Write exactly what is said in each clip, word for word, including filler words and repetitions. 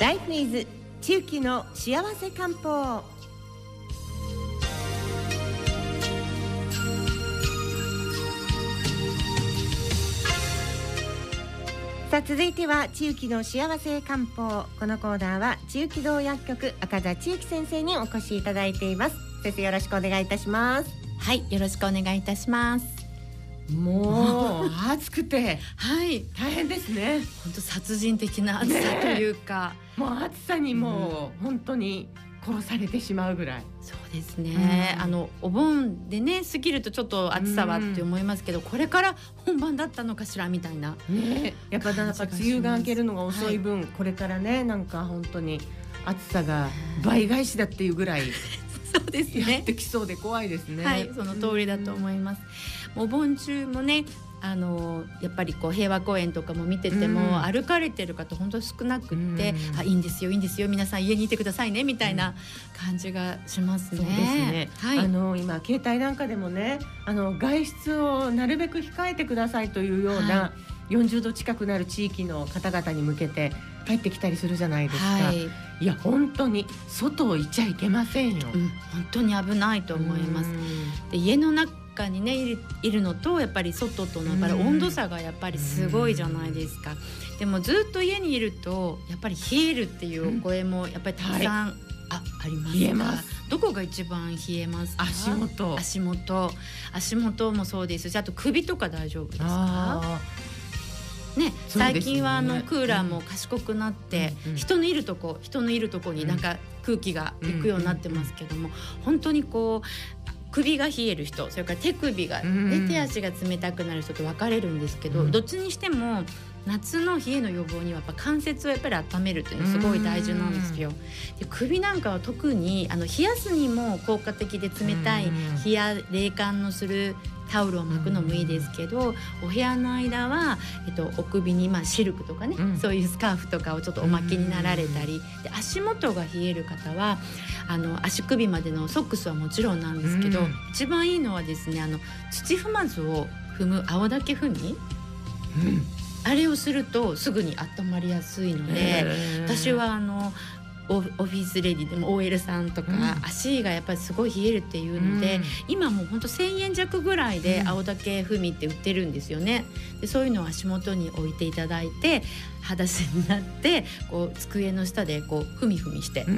ライフイズ地域の幸せ漢方。さあ続いては地域の幸せ漢方。このコーナーは地域道薬局赤座千幸先生にお越しいただいています。先生よろしくお願いいたします。 はい、よろしくお願いいたします。 もう暑くてはい大変ですね。 本当殺人的な暑さというか、 ね、もう暑さにもう本当に殺されてしまうぐらい。 そうですね、うん、あのお盆でね過ぎるとちょっと暑さはって思いますけど、うん、これから本番だったのかしらみたいな、 ね、やっぱなんか梅雨が明けるのが遅い分、はい、これからねなんか本当に暑さが倍返しだっていうぐらいそうですね、 やってきそうで怖いですね。 はい、その通りだと思います。うん、お盆中もねあのやっぱりこう平和公園とかも見てても、うん、歩かれてる方本当少なくって、うん、あいいんですよいいんですよ皆さん家にいてくださいねみたいな感じがしますね。 そうですね、はい、あの今携帯なんかでもねあの外出をなるべく控えてくださいというような、はい、よんじゅうど近くなる地域の方々に向けて帰ってきたりするじゃないですか。はい、いや本当に外をいちゃいけませんよ。 うん、本当に危ないと思います。で家の中にねいる、いるのとやっぱり外とのやっぱり温度差がやっぱりすごいじゃないですか。でもずっと家にいるとやっぱり冷えるっていうお声もやっぱりたくさん、はい、あ, ありますか。 冷えます。 どこが一番冷えますか。 足元足元足元もそうですし、あと首とか大丈夫ですか。ね、最近はあのクーラーも賢くなって、うん、人のいるとこ人のいるとこになんか空気が行くようになってますけども、本当にこう首が冷える人、それから手首が、ね、手足が冷たくなる人と分かれるんですけど、うん、どっちにしても夏の冷えの予防にはやっぱ関節をやっぱり温めるというのはすごい大事なんですよ。で首なんかは特にあの冷やすにも効果的で冷たい冷や冷感のするタオルを巻くのもいいですけど、お部屋の間は、えっと、お首に、まあ、シルクとかね、うん、そういうスカーフとかをちょっとお巻きになられたりで、足元が冷える方はあの足首までのソックスはもちろんなんですけど、うん、一番いいのはですねあの土踏まずを踏む青竹踏み、うん、あれをするとすぐに温まりやすいので、私はあのオフィスレディでも オーエル さんとか、うん、足がやっぱりすごい冷えるっていうので、うん、今もうほんとせんえん弱ぐらいで青竹踏みって売ってるんですよね。でそういうのを足元に置いていただいて裸足になってこう机の下でこうふみふみして、うん、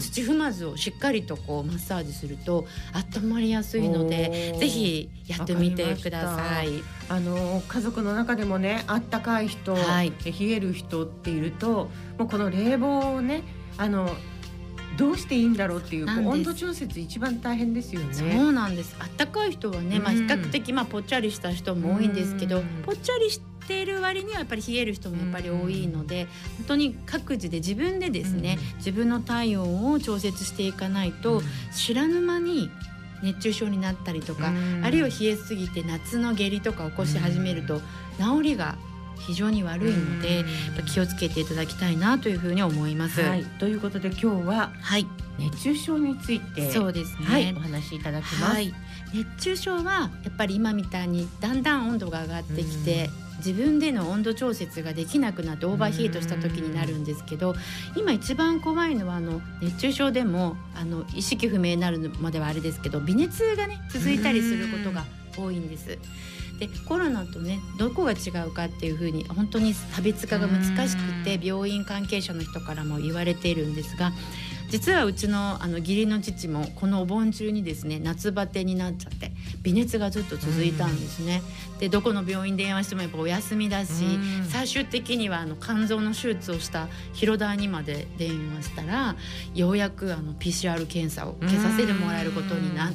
土踏まずをしっかりとこうマッサージすると温まりやすいのでぜひやってみてください。 あの家族の中でもねあったかい人、はい、冷える人っているともうこの冷房をねあのどうしていいんだろうっていう、こう温度調節一番大変ですよね。 そうなんです。あったかい人はね、まあ、比較的まあぽっちゃりした人も多いんですけど、ぽっちゃりしている割にはやっぱり冷える人もやっぱり多いので、本当に各自で自分でですね自分の体温を調節していかないと知らぬ間に熱中症になったりとか、あるいは冷えすぎて夏の下痢とか起こし始めると治りが非常に悪いのでやっぱ気をつけていただきたいなというふうに思います。 はい、ということで今日は、はい、熱中症についてそうですね、 はい、お話しいただきます。はい、 熱中症はやっぱり今みたいにだんだん温度が上がってきて自分での温度調節ができなくなってオーバーヒートした時になるんですけど、今一番怖いのはあの熱中症でもあの意識不明になるまではあれですけど微熱がね続いたりすることが多いんです。でコロナとねどこが違うかっていうふうに本当に差別化が難しくて病院関係者の人からも言われているんですが、実はうちのあの義理の父もこのお盆中にですね夏バテになっちゃって微熱がずっと続いたんですね。でどこの病院電話してもやっぱお休みだし、最終的にはあの肝臓の手術をした広田にまで電話したらようやくあの ピーシーアール 検査を受けさせてもらえることになって、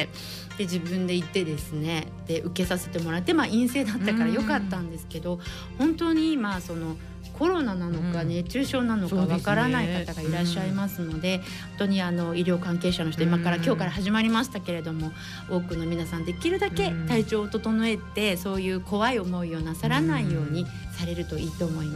で自分で行ってですねで受けさせてもらって、まあ、陰性だったからよかったんですけど、本当に今そのコロナなのか熱中症なのかわからない方がいらっしゃいますので、本当にあの医療関係者の人今から今日から始まりましたけれども、多くの皆さんできるだけ体調を整えてそういう怖い思いをなさらないようにされるといいと思います。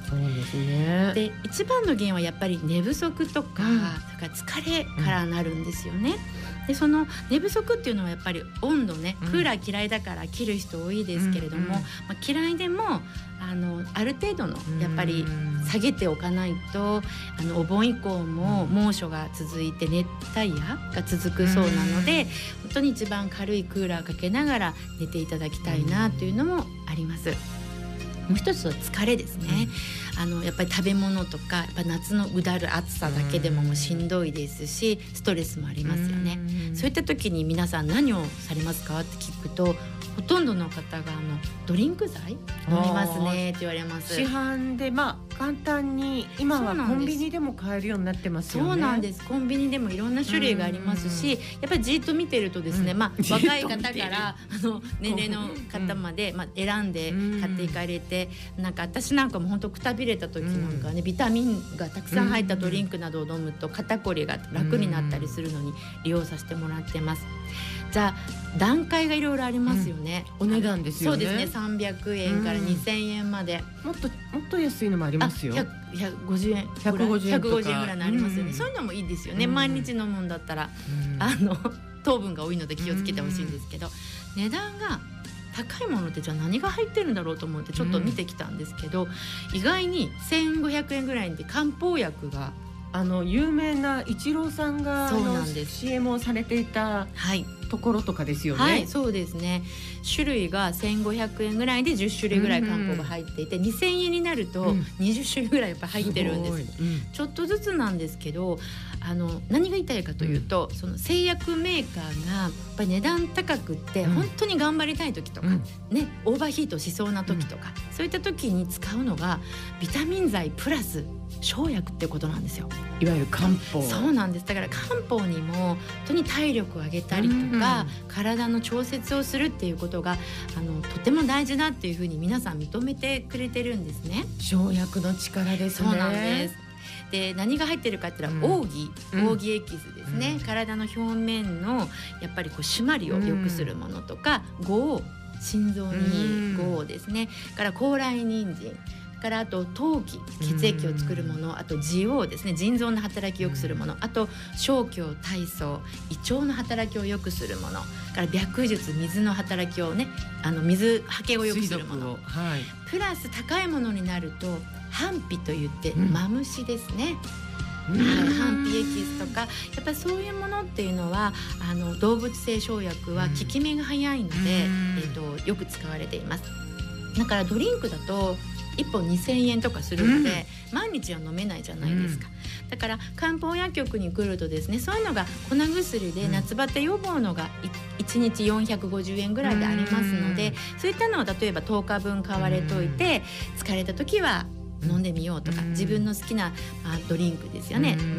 そうですね。 で一番の原因はやっぱり寝不足とか、うん、だから疲れからなるんですよね、うん、でその寝不足っていうのはやっぱり温度ね、クーラー嫌いだから切る人多いですけれども、うんうん、まあ、嫌いでもあのある程度のやっぱり下げておかないと、あのお盆以降も猛暑が続いて熱帯夜が続くそうなので、本当に一番軽いクーラーかけながら寝ていただきたいなというのもあります。もう一つは疲れですね、うん、あのやっぱり食べ物とかやっぱ夏のうだる暑さだけでももうしんどいですし、ストレスもありますよね、うん、そういった時に皆さん何をされますかって聞くと、ほとんどの方があのドリンク剤飲みますねって言われます。 市販でまあ簡単に今はコンビニでも買えるようになってますよね。 そうなんです。コンビニでもいろんな種類がありますし、やっぱりじっと見てるとですね、うん、まあ、若い方からあの年齢の方まで、まあ、選んで買っていかれて、なんか私なんかも本当くたびれた時なんかね、ビタミンがたくさん入ったドリンクなどを飲むと肩こりが楽になったりするのに利用させてもらってます。じゃあ段階がいろいろありますよね、 うん、お値段ですよね。 そうですね、さんびゃくえんからにせんえんまで、 うん、もっともっと安いのもありますよ。 ひゃくごじゅうえんひゃくごじゅうえんとかひゃくごじゅうえんぐらいのありますよね、 うん、 そういうのもいいですよね、うん、毎日飲むんだったら、うん、あの糖分が多いので気をつけてほしいんですけど、うん、値段が高いものってじゃあ何が入ってるんだろうと思ってちょっと見てきたんですけど、うん、意外にせんごひゃくえんぐらいで漢方薬が、 あの有名なイチローさんがそうなんですシーエム をされていた、はい、ところとかですよね。 はい、そうですね。種類がせんごひゃくえんぐらいでじゅっしゅるいぐらい漢方が入っていて、うん、にせんえんになるとにじゅっしゅるいぐらいやっぱ入ってるんです。す、うん、ちょっとずつなんですけど、あの何が言いたいかというと、うん、その製薬メーカーがやっぱり値段高くって、うん、本当に頑張りたい時とか、うんね、オーバーヒートしそうな時とか、うん、そういった時に使うのがビタミン剤プラス生薬ってことなんですよ。 いわゆる漢方。 そうなんです。だから漢方にも本当に体力を上げたりとか、うん、体の調節をするっていうことがあのとても大事だっていうふうに皆さん認めてくれてるんですね。 生薬の力ですね。 そうなんです。で何が入ってるかって言ったら、うん、黄黄黄エキスですね、うん、体の表面のやっぱりこう締まりを良くするものとか、うん、ゴー心臓にゴーですね、うん、から高麗人参からあと陶器血液を作るもの、あと滋養ですね、腎臓の働きを良くするもの、あと小腸体操胃腸の働きを良くするものから白術水の働きをね、あの水はけを良くするもの、はい、プラス高いものになるとハンピといって、うん、マムシですね、はい、ハンピエキスとかやっぱりそういうものっていうのはあの動物性生薬は効き目が早いので、うん、えーと、よく使われています。だからドリンクだといっぽんにせんえんとかするので、うん、毎日は飲めないじゃないですか、うん、だから漢方薬局に来るとですね、そういうのが粉薬で夏バテ予防のがいちにちよんひゃくごじゅうえんぐらいでありますので、うん、そういったのを例えばとおかぶん買われといて、うん、疲れた時は飲んでみようとか、うん、自分の好きな、まあ、ドリンクですよね、うん、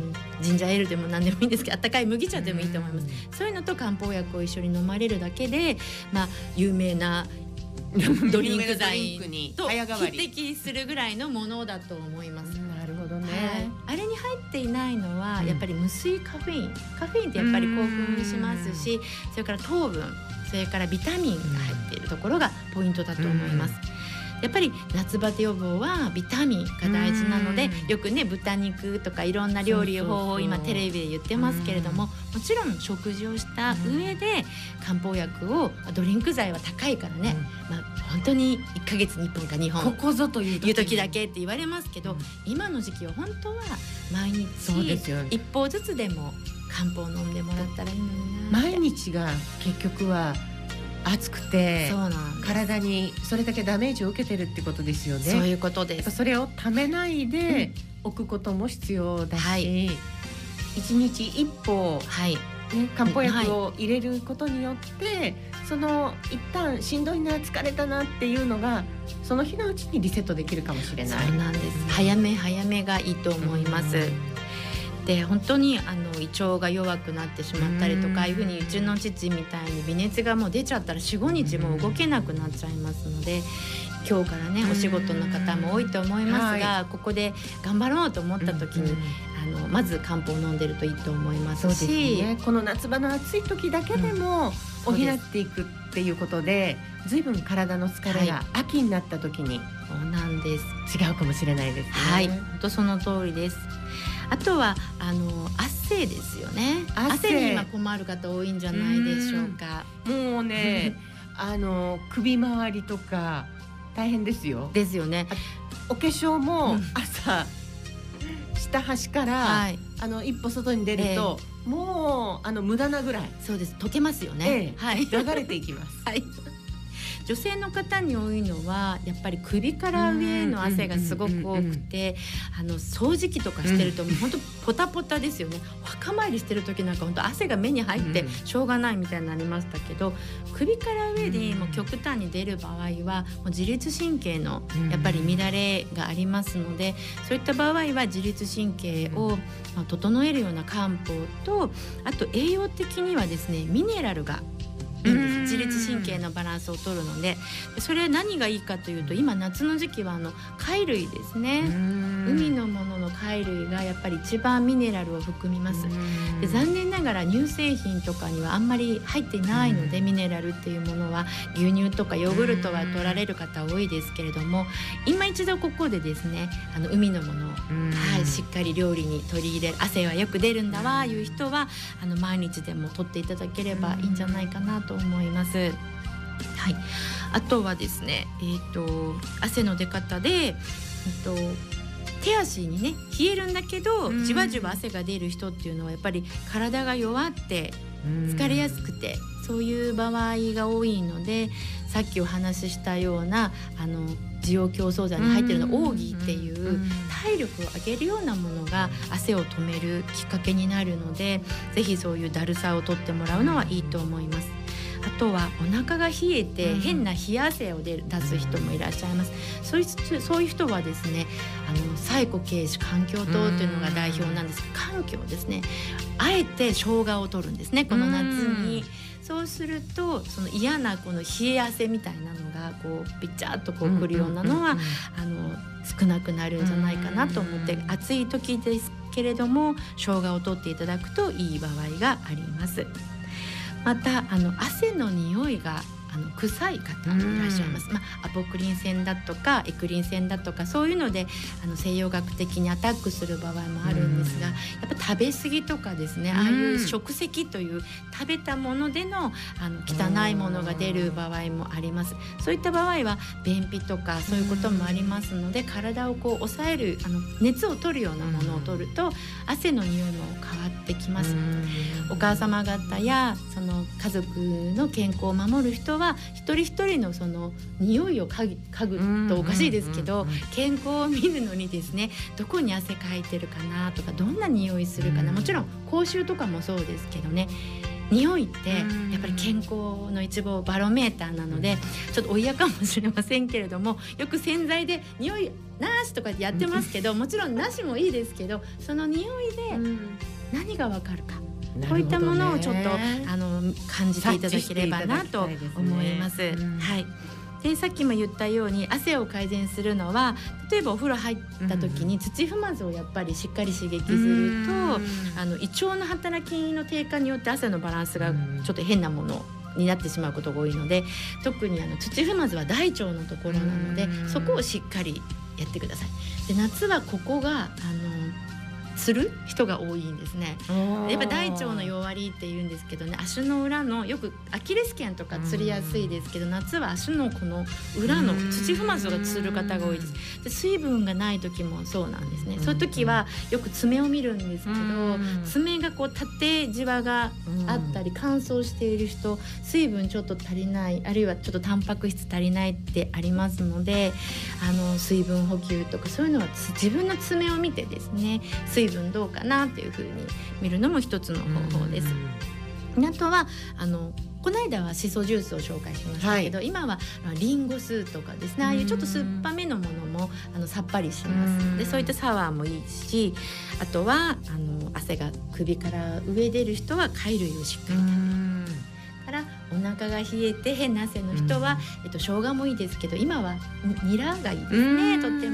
ジンジャーエールでも何でもいいんですけど、あったかい麦茶でもいいと思います、うん、そういうのと漢方薬を一緒に飲まれるだけで、まあ、有名なドリンク剤と匹敵するぐらいのものだと思います。 なるほどね、 はい、あれに入っていないのはやっぱり無水カフェイン、カフェインってやっぱり興奮しますし、それから糖分、それからビタミンが入っているところがポイントだと思います。やっぱり夏バテ予防はビタミンが大事なので、よくね豚肉とかいろんな料理方法を今テレビで言ってますけれども、もちろん食事をした上で漢方薬を、ドリンク剤は高いからね、まあ、本当にいっかげつにいっぽんかにほんここぞという時いう時だけって言われますけど、今の時期は本当は毎日一方ずつでも漢方を飲んでもらったらいいのにな。 毎日が結局は暑くて体にそれだけダメージを受けてるってことですよね。 そういうことです。 それをためないで置くことも必要だし、はい、いちにちいっぽん、はいね、漢方薬を入れることによって、はい、その一旦しんどいな疲れたなっていうのがその日のうちにリセットできるかもしれない。 そうなんです、うん、早め早めがいいと思います、うんで本当にあの胃腸が弱くなってしまったりとか、ああいうふうにうちの父みたいに微熱がもう出ちゃったら よん、ごにちもう動けなくなっちゃいますので、今日からねお仕事の方も多いと思いますが、はい、ここで頑張ろうと思った時にあのまず漢方を飲んでるといいと思いますし、そうですね、 この夏場の暑い時だけでも補っていくっていうことで、随分体の疲れが秋になった時にそうなんです。 違うかもしれないですね。 はい、本当その通りです。あとはあの汗ですよね。汗に今困る方多いんじゃないでしょうか。 うもうねあの首周りとか大変ですよ。 ですよね。 お化粧も朝、うん、下端から、はい、あの一歩外に出ると、えー、もうあの無駄なぐらい。 そうです。溶けますよね。 えー、はい、流れていきます。 はい。女性の方に多いのはやっぱり首から上への汗がすごく多くて、あの掃除機とかしてるともう本当ポタポタですよね。お墓参りしてる時なんか本当汗が目に入ってしょうがないみたいになりましたけど、首から上でもう極端に出る場合はもう自律神経のやっぱり乱れがありますので、そういった場合は自律神経を整えるような漢方と、あと栄養的にはですねミネラルがいいんです。自律神経のバランスを取るので、それ何がいいかというと、今夏の時期はあの貝類ですね。海のものの貝類がやっぱり一番ミネラルを含みます。で残念ながら乳製品とかにはあんまり入っていないので、ミネラルっていうものは牛乳とかヨーグルトは取られる方多いですけれども、今一度ここでですねあの海のものを、はい、しっかり料理に取り入れる、汗はよく出るんだわいう人はあの毎日でも取っていただければいいんじゃないかなと思います。はい、あとはですね、えーと、汗の出方で、えーと、手足にね冷えるんだけどじわじわ汗が出る人っていうのはやっぱり体が弱って疲れやすくて、そういう場合が多いので、さっきお話ししたようなあの滋養強壮剤に入っているの奥義っていう体力を上げるようなものが汗を止めるきっかけになるので、ぜひそういうだるさを取ってもらうのはいいと思います。あとはお腹が冷えて変な冷や汗を出す人もいらっしゃいます。そういう、そういう人はですねあの西湖慶視環境糖というのが代表なんです。環境ですね、あえて生姜を取るんですね、この夏に。そうするとその嫌なこの冷え汗みたいなのがこうビチャッとこうくるようなのは、あの少なくなるんじゃないかなと思って、暑い時ですけれども生姜を取っていただくといい場合があります。またあの汗の匂いがあの臭い方いらっしゃいます。まあ、アポクリン腺だとかエクリン腺だとかそういうのであの西洋学的にアタックする場合もあるんですが、やっぱ食べ過ぎとかですね、ああいう食石という食べたものでの、あの汚いものが出る場合もあります。そういった場合は便秘とかそういうこともありますので、体をこう抑えるあの熱を取るようなものを取ると汗の匂いも変わってきます。お母様方やその家族の健康を守る人は一人一人のその匂いを嗅ぐとおかしいですけど、健康を見るのにですね、どこに汗かいてるかなとか、どんな匂いするかな、もちろん口臭とかもそうですけどね、匂いってやっぱり健康の一番バロメーターなので、ちょっとお嫌かもしれませんけれども、よく洗剤で匂いなしとかやってますけど、もちろんなしもいいですけど、その匂いで何がわかるか、こういったものをちょっとあの感じていただければなと思います。はい。でさっきも言ったように汗を改善するのは、例えばお風呂入った時に土踏まずをやっぱりしっかり刺激すると、あの胃腸の働きの低下によって汗のバランスがちょっと変なものになってしまうことが多いので、特にあの土踏まずは大腸のところなので、そこをしっかりやってください。で夏はここがあのする人が多いんですね。やっぱ大腸の弱りって言うんですけどね、足の裏のよくアキレス腱とかつりやすいですけど、夏は足のこの裏の土踏まずがつる方が多いです。で水分がない時もそうなんですね。そういう時はよく爪を見るんですけど、爪がこう縦じわがあったり乾燥している人、水分ちょっと足りない、あるいはちょっとタンパク質足りないってありますので、あの水分補給とかそういうのは自分の爪を見てですね、水分どうかなっていう風に見るのも一つの方法です。あとはあのこの間はシソジュースを紹介しましたけど、はい、今はリンゴ酢とかですね、ああいうちょっと酸っぱめのものもあのさっぱりします。でそういったサワーもいいし、あとはあの汗が首から上出る人は貝類をしっかり食べる。からお腹が冷えて変な汗の人は、えっと、生姜もいいですけど、今はニラがいいですね。とても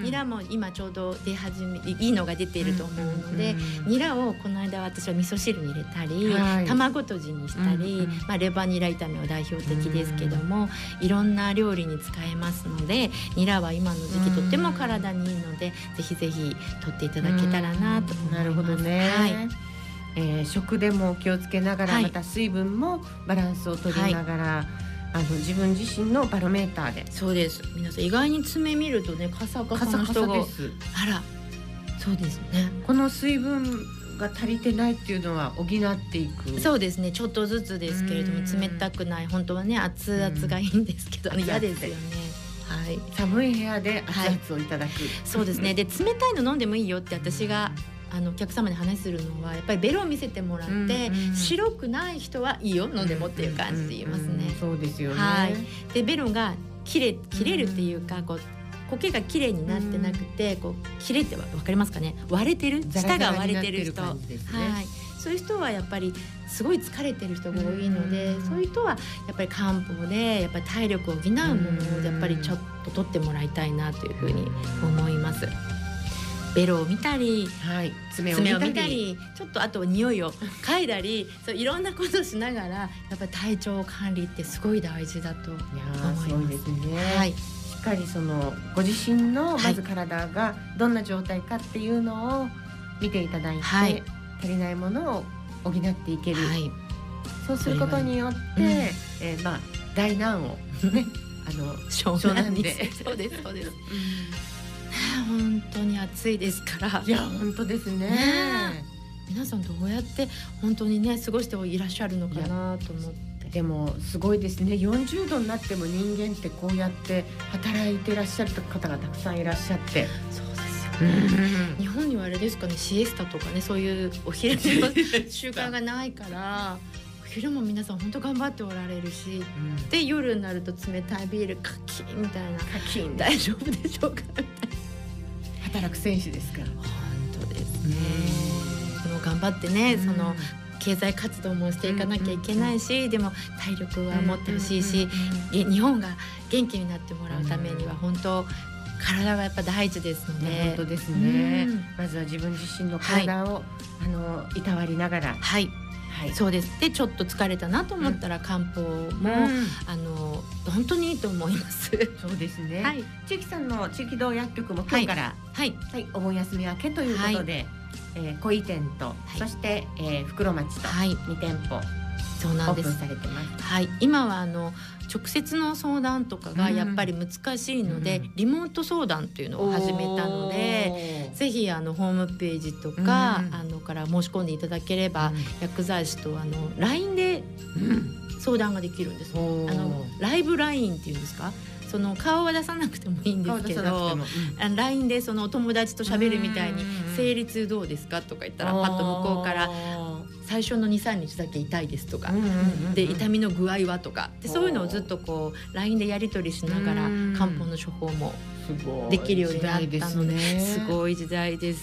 ニラも今ちょうど出始めいいのが出ていると思うので、ニラをこの間私は味噌汁に入れたり、はい、卵とじにしたり、うんうんまあ、レバニラ炒めは代表的ですけども、いろんな料理に使えますので、ニラは今の時期とっても体にいいので、ぜひぜひ取っていただけたらなと思います。 なるほどね、はいえー、食でも気をつけながら、はい、また水分もバランスを取りながら、はいあの自分自身のバロメーターで。 そうです。皆さん意外に爪見るとねカサカサの人がカサカサです。 あらそうですね。 この水分が足りてないっていうのは補っていく。 そうですね。ちょっとずつですけれども、冷たくない本当はね熱々がいいんですけど嫌ですよね。はい、 寒い部屋で熱々をいただく、はい、 そうですね。で冷たいの飲んでもいいよって私があのお客様に話するのはやっぱりベロを見せてもらって、うんうん、白くない人はいいよ飲んでもっていう感じで言いますね、うんうんうん、 そうですよね、 はい、でベロが切れ切れるっていうか、こう苔がきれいになってなくて、こう切れては分かりますかね、割れてる舌が割れてる人、 ザラザラになってる感じですね、 はい、そういう人はやっぱりすごい疲れてる人が多いので、そういう人はやっぱり漢方でやっぱり体力を補うものをやっぱりちょっと取ってもらいたいなというふうに思います。ベロを見たり、はい、爪を見た り, 爪を見たりちょっとあと匂いを嗅いだりそういろんなことをしながらやっぱり体調管理ってすごい大事だと思います。 そうですね、はい、しっかりそのご自身のまず体がどんな状態かっていうのを見ていただいて、はい、足りないものを補っていける、はい、そうすることによって、うんえーまあ、大難をねあの湘南でそうですそうです、うん本当に暑いですから。 いや本当ですね。 ね皆さんどうやって本当にね過ごしていらっしゃるのかなと思って。 でもすごいですね。よんじゅうどになっても人間ってこうやって働いていらっしゃる方がたくさんいらっしゃって。 そうですよね。日本にはあれですかね、シエスタとかねそういうお昼の習慣がないからお昼も皆さん本当頑張っておられるし、うん、で夜になると冷たいビールカキンみたいな、カキン大丈夫でしょうかみたいな。 働く選手ですから。 本当ですね。でも頑張ってね、その経済活動もしていかなきゃいけないし、でも体力は持ってほしいし、日本が元気になってもらうためには本当体がやっぱ大事ですので、 本当ですね。まずは自分自身の体を、はい、あのいたわりながら、 はい。はい、そうです。でちょっと疲れたなと思ったら、うん、漢方も、うん、あの本当にいいと思います。 そうですね、はい、地域さんの地域道薬局も今日から、はいはい、お盆休み明けということで、はいえー、小井店と、はい、そして、えー、袋町とに店舗、はい、そうなんです。オープンされてます。 はい、今はあの直接の相談とかがやっぱり難しいので、うん、リモート相談というのを始めたので、ぜひあのホームページとか、うん、あのから申し込んでいただければ、うん、薬剤師とあの ライン で相談ができるんです、うん、あのライブ ライン っていうんですか、その顔は出さなくてもいいんですけど、うん、ライン でそのお友達と喋るみたいに生理痛どうですかとか言ったらパッと向こうから最初の にさんにちだけ痛いですとか、うんうんうんうん、で痛みの具合はとかで、そういうのをずっとこう ライン でやり取りしながら漢方の処方もできるようになったので、すごい時代です。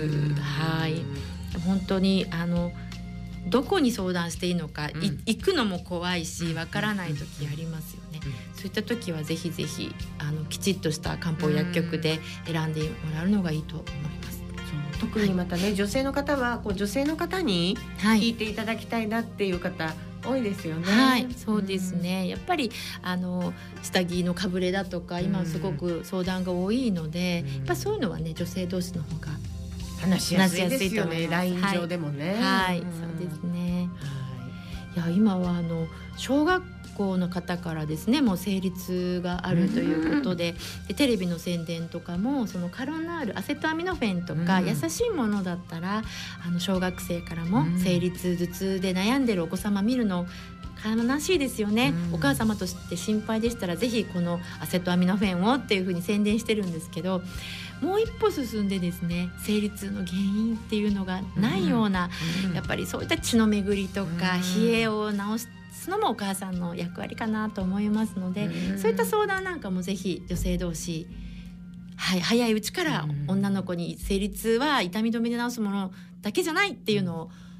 はい、本当にあのどこに相談していいのか、うん、行くのも怖いしわからない時ありますよね、うん、そういった時はぜひぜひあのきちっとした漢方薬局で選んでもらうのがいいと思います。 そう特にまたね、はい、女性の方はこう女性の方に聞いていただきたいなっていう方、はい多いですよね。 はい、そうですね。やっぱりあの下着のかぶれだとか今すごく相談が多いので、やっぱそういうのはね女性同士の方が話しやすいですよね。ライン 上でもね。 はい、はい、そうですね。はい、いや今はあの小学校の方からですね、もう生理痛があるということで、でテレビの宣伝とかもそのカロナール、アセトアミノフェンとか、うん、優しいものだったらあの小学生からも生理痛、頭痛で悩んでるお子様見るの悲しいですよね、うん、お母様として心配でしたらぜひこのアセトアミノフェンをっていう風に宣伝してるんですけど、もう一歩進んでですね生理痛の原因っていうのがないような、うん、やっぱりそういった血の巡りとか、うん、冷えを治すのもお母さんの役割かなと思いますので、うん、そういった相談なんかもぜひ女性同士、はい、早いうちから女の子に生理痛は痛み止めで治すものだけじゃないっていうのを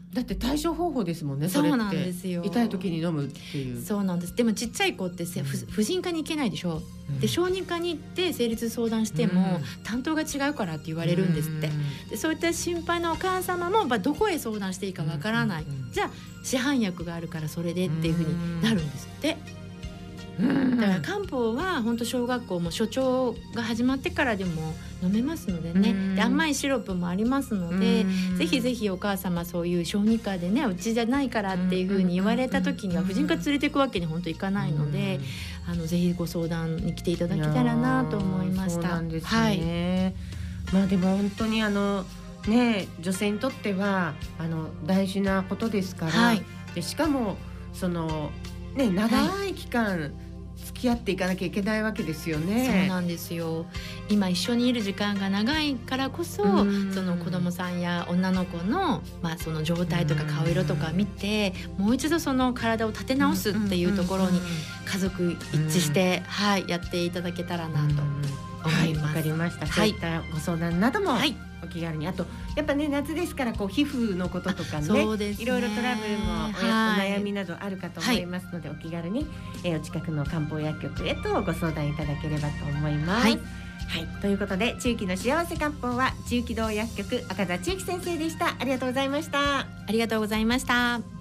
だって対処方法ですもんね。それってそうなんですよ。 痛い時に飲むっていう。 そうなんです。でもちっちゃい子ってせ、うん、婦人科に行けないでしょ、うん、で小児科に行って生理痛相談しても、うん、担当が違うからって言われるんですって、うん、でそういった心配なお母様も、まあ、どこへ相談していいかわからない、うん、じゃあ市販薬があるからそれでっていうふうになるんですって、うん、だから漢方は本当小学校も初潮が始まってからでも飲めますのでね、で甘いシロップもありますので、ぜひぜひお母様そういう小児科でねうちじゃないからっていう風に言われた時には婦人科連れていくわけに本当いかないので、あのぜひご相談に来ていただけたらなと思いました。 そうなんですね、はい、まあでも本当にあのね女性にとってはあの大事なことですから、はい、でしかもそのね長い期間、はい、付き合っていかなきゃいけないわけですよね。 そうなんですよ。今一緒にいる時間が長いからこそ、その子供さんや女の子の、まあ、その状態とか顔色とか見て、もう一度その体を立て直すっていうところに家族一致して、はい、やっていただけたらなと思います。 わかりました。そういったご相談なども、はいお気軽に。あとやっぱね夏ですからこう皮膚のこととか ね, そうですねいろいろトラブルも お,、はい、お悩みなどあるかと思いますので、はい、お気軽に、えー、お近くの漢方薬局へとご相談いただければと思います。はい、はい、ということで中期の幸せ漢方は中期堂薬局赤澤千雪先生でした。ありがとうございました。 ありがとうございました。